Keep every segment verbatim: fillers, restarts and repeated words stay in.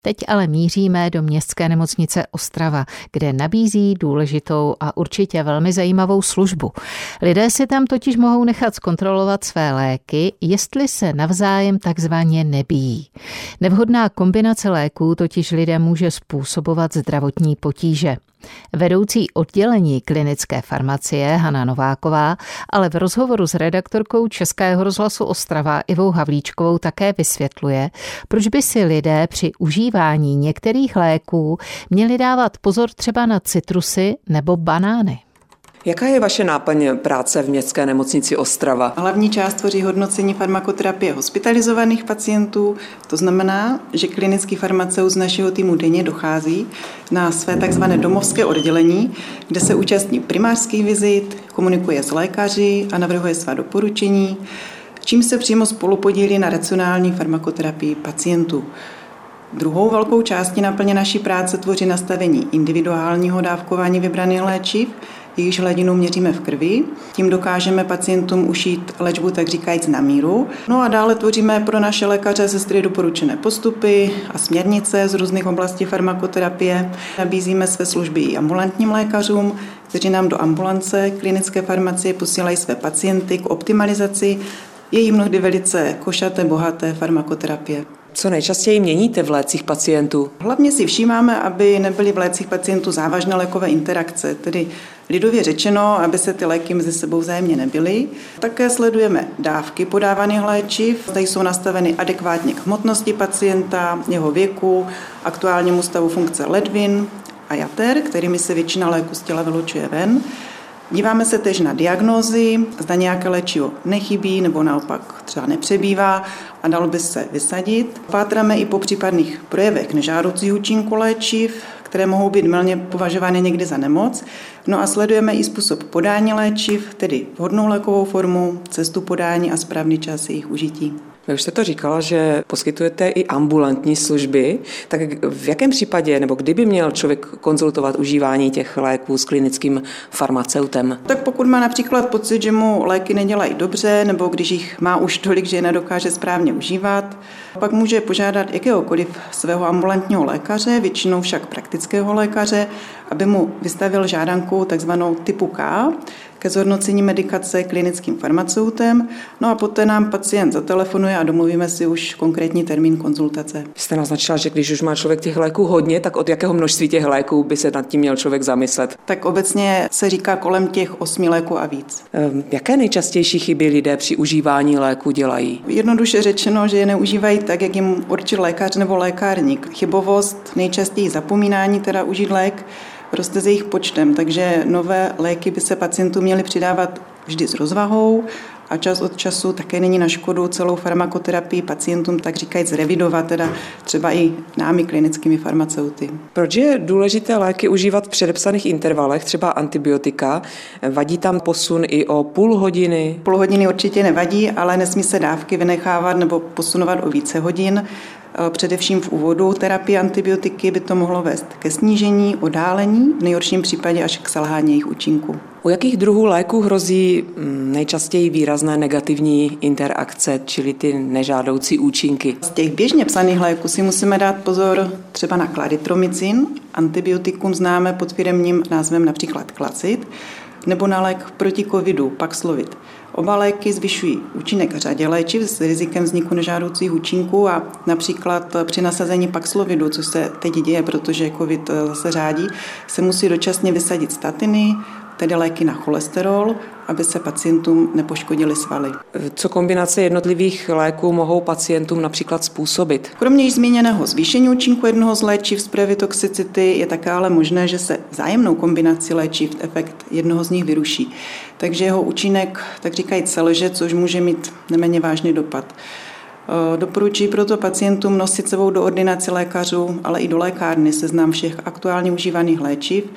Teď ale míříme do městské nemocnice Ostrava, kde nabízí důležitou a určitě velmi zajímavou službu. Lidé si tam totiž mohou nechat zkontrolovat své léky, jestli se navzájem takzvaně nebijí. Nevhodná kombinace léků totiž lidem může způsobovat zdravotní potíže. Vedoucí oddělení klinické farmacie Hana Nováková ale v rozhovoru s redaktorkou Českého rozhlasu Ostrava Ivou Havlíčkovou také vysvětluje, proč by si lidé při užívání některých léků měli dávat pozor třeba na citrusy nebo banány. Jaká je vaše náplň práce v městské nemocnici Ostrava? Hlavní část tvoří hodnocení farmakoterapie hospitalizovaných pacientů. To znamená, že klinický farmaceut z našeho týmu denně dochází na své takzvané domovské oddělení, kde se účastní primářských vizit, komunikuje s lékaři a navrhuje svá doporučení, čím se přímo spolupodílí na racionální farmakoterapii pacientů. Druhou velkou částí naplně naší práce tvoří nastavení individuálního dávkování vybraných léčiv, jejichž hladinu měříme v krvi. Tím dokážeme pacientům ušít léčbu tak říkajíc na míru. No a dále tvoříme pro naše lékaře sestry doporučené postupy a směrnice z různých oblastí farmakoterapie. Nabízíme své služby i ambulantním lékařům, kteří nám do ambulance klinické farmacie posílají své pacienty k optimalizaci její mnohdy velice košaté, bohaté farmakoterapie. Co nejčastěji měníte v lécích pacientů? Hlavně si všímáme, aby nebyly v lécích pacientů závažné lékové interakce, tedy lidově řečeno, aby se ty léky mezi sebou vzájemně nebyly. Také sledujeme dávky podávaných léčiv, zda jsou nastaveny adekvátně k hmotnosti pacienta, jeho věku, aktuálnímu stavu funkce ledvin a jater, kterými se většina léků z těla vylučuje ven. Díváme se též na diagnózy, zda nějaké léčivo nechybí nebo naopak třeba nepřebývá a dalo by se vysadit. Pátráme i po případných projevech nežádoucích účinků léčiv, které mohou být mylně považovány někdy za nemoc. No a sledujeme i způsob podání léčiv, tedy vhodnou lékovou formu, cestu podání a správný čas jejich užití. Vy už jste to říkala, že poskytujete i ambulantní služby, tak v jakém případě nebo kdyby měl člověk konzultovat užívání těch léků s klinickým farmaceutem? Tak pokud má například pocit, že mu léky nedělají dobře, nebo když jich má už tolik, že je nedokáže správně užívat, pak může požádat jakéhokoliv svého ambulantního lékaře, většinou však praktického lékaře, aby mu vystavil žádanku takzvanou typu K, ke zhodnocení medikace klinickým farmaceutem, no a poté nám pacient zatelefonuje a domluvíme si už konkrétní termín konzultace. Jste naznačila, že když už má člověk těch léků hodně, tak od jakého množství těch léků by se nad tím měl člověk zamyslet? Tak obecně se říká kolem těch osmi léků a víc. Ehm, jaké nejčastější chyby lidé při užívání léků dělají? Jednoduše řečeno, že je neužívají tak, jak jim určil lékař nebo lékárník. Chybovost, nejčastěji zapomínání teda užít lék, roste s jejich počtem, takže nové léky by se pacientům měly přidávat vždy s rozvahou a čas od času také není na škodu celou farmakoterapii pacientům tak říkajíc zrevidovat, teda třeba i námi klinickými farmaceuty. Proč je důležité léky užívat v předepsaných intervalech, třeba antibiotika? Vadí tam posun i o půl hodiny? Půl hodiny určitě nevadí, ale nesmí se dávky vynechávat nebo posunovat o více hodin. Především v úvodu terapie antibiotiky by to mohlo vést ke snížení, odálení, v nejhorším případě až k selhání jejich účinku. U jakých druhů léků hrozí nejčastěji výrazné negativní interakce, čili ty nežádoucí účinky? Z těch běžně psaných léků si musíme dát pozor třeba na klaritromycin, antibiotikum známe pod firemním názvem například Klacid, nebo na lék proti covidu Paxlovid. Oba léky zvyšují účinek řadě léčiv s rizikem vzniku nežádoucích účinků a například při nasazení Paxlovidu, což se teď děje, protože covid zase řádí, se musí dočasně vysadit statiny, tedy léky na cholesterol, aby se pacientům nepoškodily svaly. Co kombinace jednotlivých léků mohou pacientům například způsobit? Kromě již zmíněného zvýšení účinku jednoho z léčiv z projevy toxicity je také ale možné, že se vzájemnou kombinací léčiv efekt jednoho z nich vyruší. Takže jeho účinek, tak říkají, selže, což může mít neméně vážný dopad. Doporučuji proto pacientům nosit sebou do ordinace lékařů, ale i do lékárny seznam všech aktuálně užívaných léčiv.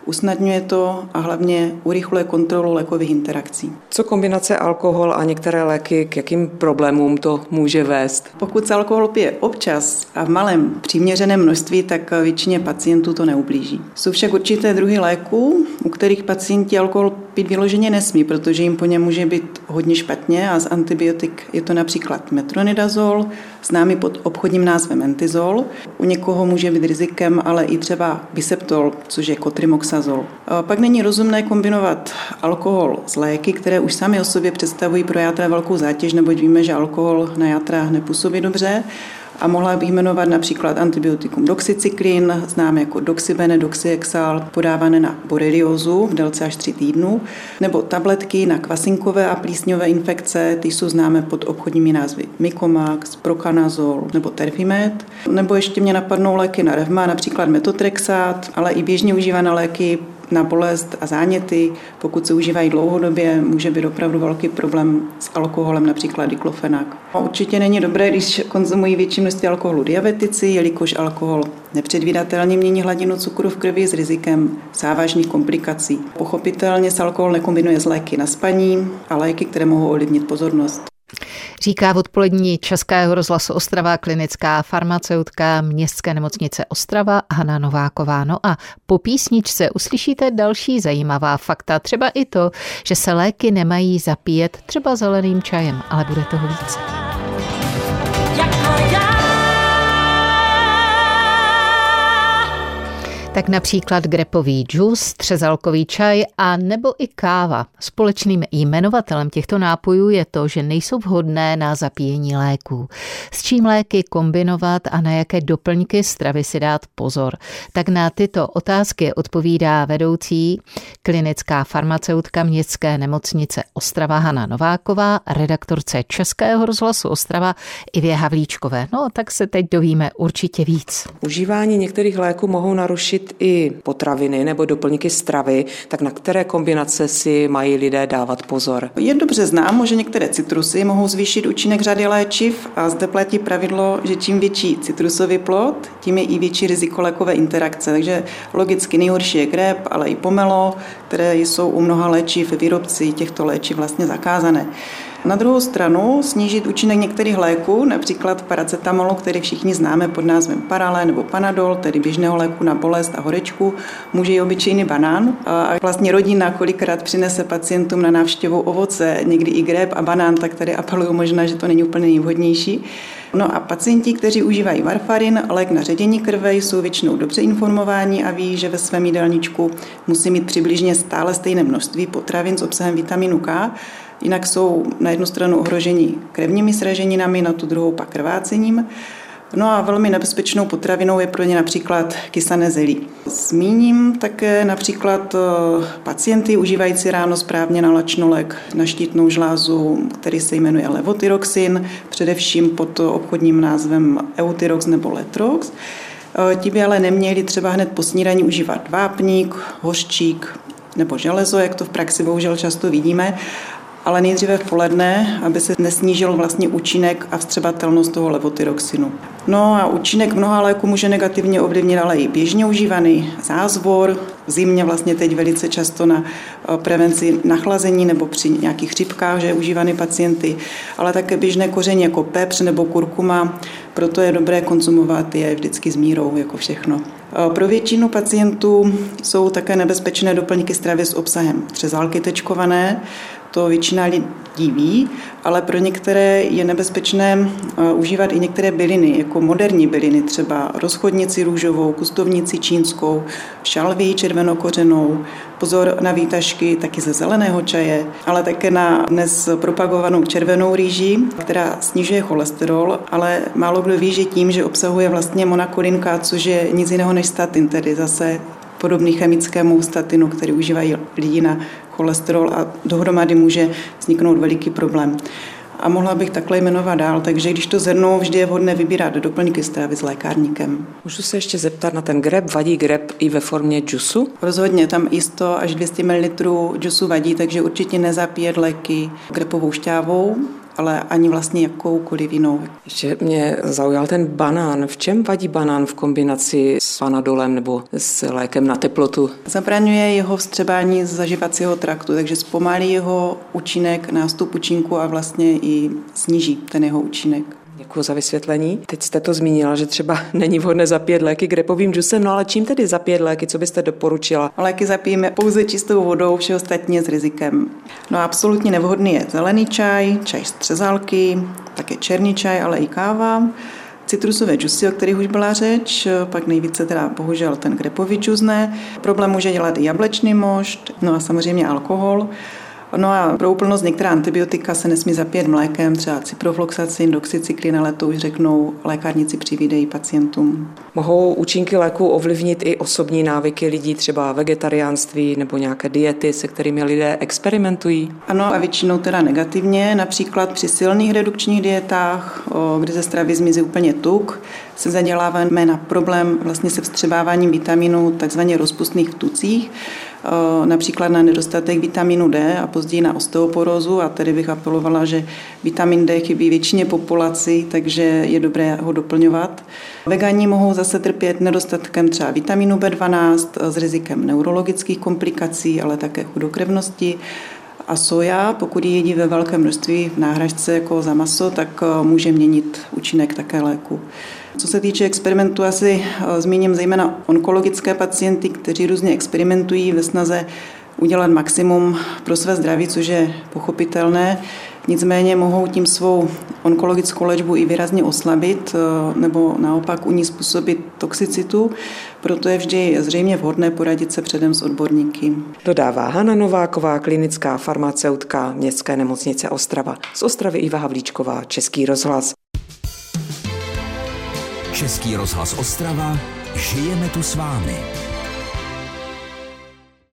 usnadňuje to a hlavně urychluje kontrolu lékových interakcí. Co kombinace alkohol a některé léky, k jakým problémům to může vést? Pokud se alkohol pije občas a v malém přiměřeném množství, tak většině pacientů to neublíží. Jsou však určité druhy léků, u kterých pacienti alkohol pít vyloženě nesmí, protože jim po něm může být hodně špatně a z antibiotik je to například metronidazol, známý pod obchodním názvem Entizol. U někoho může být rizikem, ale i třeba Biseptol, což je Cotrimoxazol. A pak není rozumné kombinovat alkohol s léky, které už sami o sobě představují pro játra velkou zátěž, neboť víme, že alkohol na játra nepůsobí dobře. A mohla bych jmenovat například antibiotikum doxycyklin, známé jako Doxibene, Doxiexal, podávané na boreliózu v délce až tři týdnů, nebo tabletky na kvasinkové a plísňové infekce, ty jsou známé pod obchodními názvy Mycomax, Procanazol nebo Terfimed, nebo ještě mě napadnou léky na revma, například metotrexát, ale i běžně užívané léky na bolest a záněty, pokud se užívají dlouhodobě, může být opravdu velký problém s alkoholem, například diklofenak. Určitě není dobré, když konzumují větší množství alkoholu diabetici, jelikož alkohol nepředvídatelně mění hladinu cukru v krvi s rizikem závažných komplikací. Pochopitelně se alkohol nekombinuje s léky na spaní a léky, které mohou ovlivnit pozornost. Říká v odpolední Českého rozhlasu Ostrava klinická farmaceutka Městské nemocnice Ostrava Hana Nováková. No a po písničce uslyšíte další zajímavá fakta, třeba i to, že se léky nemají zapíjet třeba zeleným čajem, ale bude toho více. Tak například grepový džus, třezalkový čaj a nebo i káva. Společným jmenovatelem těchto nápojů je to, že nejsou vhodné na zapíjení léků. S čím léky kombinovat a na jaké doplňky stravy si dát pozor. Tak na tyto otázky odpovídá vedoucí klinická farmaceutka Městské nemocnice Ostrava Hana Nováková, redaktorce Českého rozhlasu Ostrava Ivě Havlíčkové. No tak se teď dovíme určitě víc. Užívání některých léků mohou narušit i potraviny nebo doplňky stravy, tak na které kombinace si mají lidé dávat pozor? Je dobře známo, že některé citrusy mohou zvýšit účinek řady léčiv a zde platí pravidlo, že čím větší citrusový plod, tím je i větší riziko lékové interakce. Takže logicky nejhorší je grep, ale i pomelo, které jsou u mnoha léčiv výrobci těchto léčiv vlastně zakázané. Na druhou stranu snížit účinek některých léků, například paracetamolu, který všichni známe pod názvem Parale nebo Panadol, tedy běžného léku na bolest a horečku, může i obyčejný banán. A vlastně rodina kolikrát přinese pacientům na návštěvu ovoce, někdy i grép a banán, tak tady apeluju možná, že to není úplně nejvhodnější. No a pacienti, kteří užívají varfarin, lék na ředění krve, jsou většinou dobře informováni a ví, že ve svém jídelníčku musí mít přibližně stále stejné množství potravin s obsahem vitamínu K, jinak jsou na jednu stranu ohroženi krevními sraženinami, na tu druhou pak krvácením. No a velmi nebezpečnou potravinou je pro ně například kysané zelí. Zmíním také například pacienty užívající ráno správně nalačnou lék na štítnou žlázu, který se jmenuje levotyroxin, především pod obchodním názvem Euthyrox nebo Letrox. Ti by ale neměli třeba hned po snídani užívat vápník, hořčík nebo železo, jak to v praxi bohužel často vidíme, ale nejdříve v poledne, aby se nesnížil vlastně účinek a vstřebatelnost toho levotyroxinu. No a účinek mnoha léků může negativně ovlivnit ale i běžně užívaný zázvor, v zimě vlastně teď velice často na prevenci nachlazení nebo při nějakých chřipkách, že je užívaný pacienty, ale také běžné koření jako pepř nebo kurkuma, proto je dobré konzumovat je vždycky s mírou, jako všechno. Pro většinu pacientů jsou také nebezpečné doplňky stravy s obsahem třezalky tečkované, to většina lidí ví, ale pro některé je nebezpečné užívat i některé byliny, jako moderní byliny, třeba rozchodnici růžovou, kustovnici čínskou, šalví červenokořenou, pozor na výtažky taky ze zeleného čaje, ale také na dnes propagovanou červenou rýži, která snižuje cholesterol, ale málo kdo ví, že tím, že obsahuje vlastně monakolinka, což je nic jiného než statin, tedy zase podobný chemickému statinu, který užívají lidi na cholesterol a dohromady může vzniknout veliký problém. A mohla bych takhle jmenovat dál, takže když to zhrnu, vždy je vhodné vybírat doplňky stravy s lékárníkem. Můžu se ještě zeptat na ten grep? Vadí grep i ve formě džusu? Rozhodně, tam i sto až dvě stě mililitrů džusu vadí, takže určitě nezapíjet léky grepovou šťávou. ale ani vlastně jakoukoliv jinou. Ještě mě zaujal ten banán. V čem vadí banán v kombinaci s panadolem nebo s lékem na teplotu? Zabraňuje jeho vstřebání z zažívacího traktu, takže zpomalí jeho účinek, nástup účinku a vlastně i sníží ten jeho účinek. Děkuji za vysvětlení. Teď jste to zmínila, že třeba není vhodné zapít léky grapevým džusem, no ale čím tedy zapít léky, co byste doporučila? Léky zapijeme pouze čistou vodou, vše ostatní s rizikem. No a absolutně nevhodný je zelený čaj, čaj z třezálky, také černý čaj, ale i káva, citrusové džusy, o kterých už byla řeč, pak nejvíce teda bohužel ten grapový džus ne. Problém může dělat i jablečný mošt, no a samozřejmě alkohol. No a pro úplnost některá antibiotika se nesmí zapít mlékem, třeba ciprofloxacin, doxycyklin, ale to už řeknou lékárníci při výdeji pacientům. Mohou účinky léku ovlivnit i osobní návyky lidí, třeba vegetariánství nebo nějaké diety, se kterými lidé experimentují? Ano, a většinou teda negativně, například při silných redukčních dietách, kde ze stravy zmizí úplně tuk, se zaděláváme na problém vlastně se vstřebáváním vitamínů takzvaně rozpustných v tucích, například na nedostatek vitamínu D a později na osteoporózu, a tady bych apelovala, že vitamin D chybí většině populaci, takže je dobré ho doplňovat. Vegani mohou zase trpět nedostatkem třeba vitamínu B dvanáct s rizikem neurologických komplikací, ale také chudokrevnosti. A soja, pokud ji jedí ve velkém množství v náhražce jako za maso, tak může měnit účinek také léku. Co se týče experimentu, asi zmíním zejména onkologické pacienty, kteří různě experimentují ve snaze udělat maximum pro své zdraví, což je pochopitelné. Nicméně mohou tím svou onkologickou léčbu i výrazně oslabit nebo naopak u ní způsobit toxicitu, proto je vždy zřejmě vhodné poradit se předem s odborníky. Dodává Hana Nováková, klinická farmaceutka Městské nemocnice Ostrava. Z Ostravy Iva Havlíčková, Český rozhlas. Český rozhlas Ostrava, žijeme tu s vámi.